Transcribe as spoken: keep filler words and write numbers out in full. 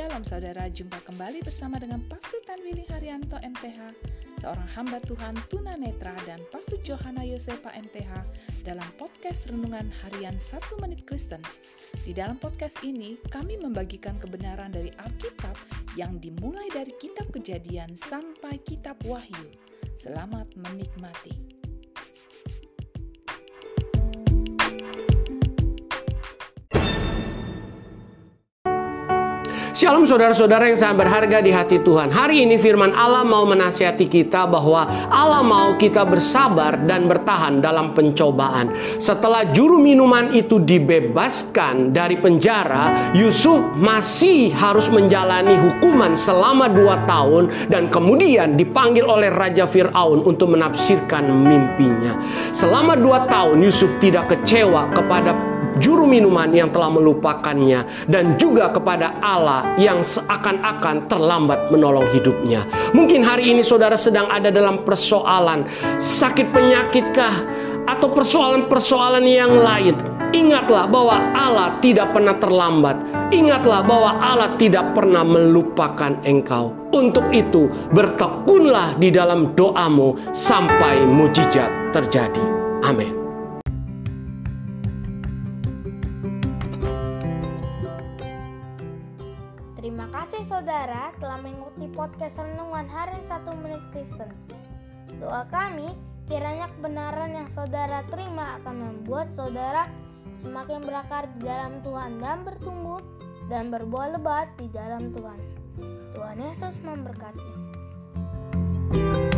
Shalom saudara, jumpa kembali bersama dengan Pastor Tanwili Haryanto M T H, seorang hamba Tuhan tunanetra, dan Pastor Johana Yosepa M T H dalam podcast Renungan Harian satu Menit Kristen. Di dalam podcast ini, kami membagikan kebenaran dari Alkitab yang dimulai dari Kitab Kejadian sampai Kitab Wahyu. Selamat menikmati. Shalom saudara-saudara yang sangat berharga di hati Tuhan. Hari ini firman Allah mau menasihati kita bahwa Allah mau kita bersabar dan bertahan dalam pencobaan. Setelah juru minuman itu dibebaskan dari penjara, Yusuf masih harus menjalani hukuman selama dua tahun dan kemudian dipanggil oleh Raja Fir'aun untuk menafsirkan mimpinya. Selama dua tahun Yusuf tidak kecewa kepada juru minuman yang telah melupakannya dan juga kepada Allah yang seakan-akan terlambat menolong hidupnya. Mungkin hari ini saudara sedang ada dalam persoalan sakit penyakitkah atau persoalan-persoalan yang lain. Ingatlah bahwa Allah tidak pernah terlambat. Ingatlah bahwa Allah tidak pernah melupakan engkau. Untuk itu bertekunlah di dalam doamu sampai mujizat terjadi. Amin. Terima kasih saudara telah mengikuti podcast Renungan Harian satu Menit Kristen. Doa kami, kiranya kebenaran yang saudara terima akan membuat saudara semakin berakar di dalam Tuhan dan bertumbuh dan berbuah lebat di dalam Tuhan. Tuhan Yesus memberkati.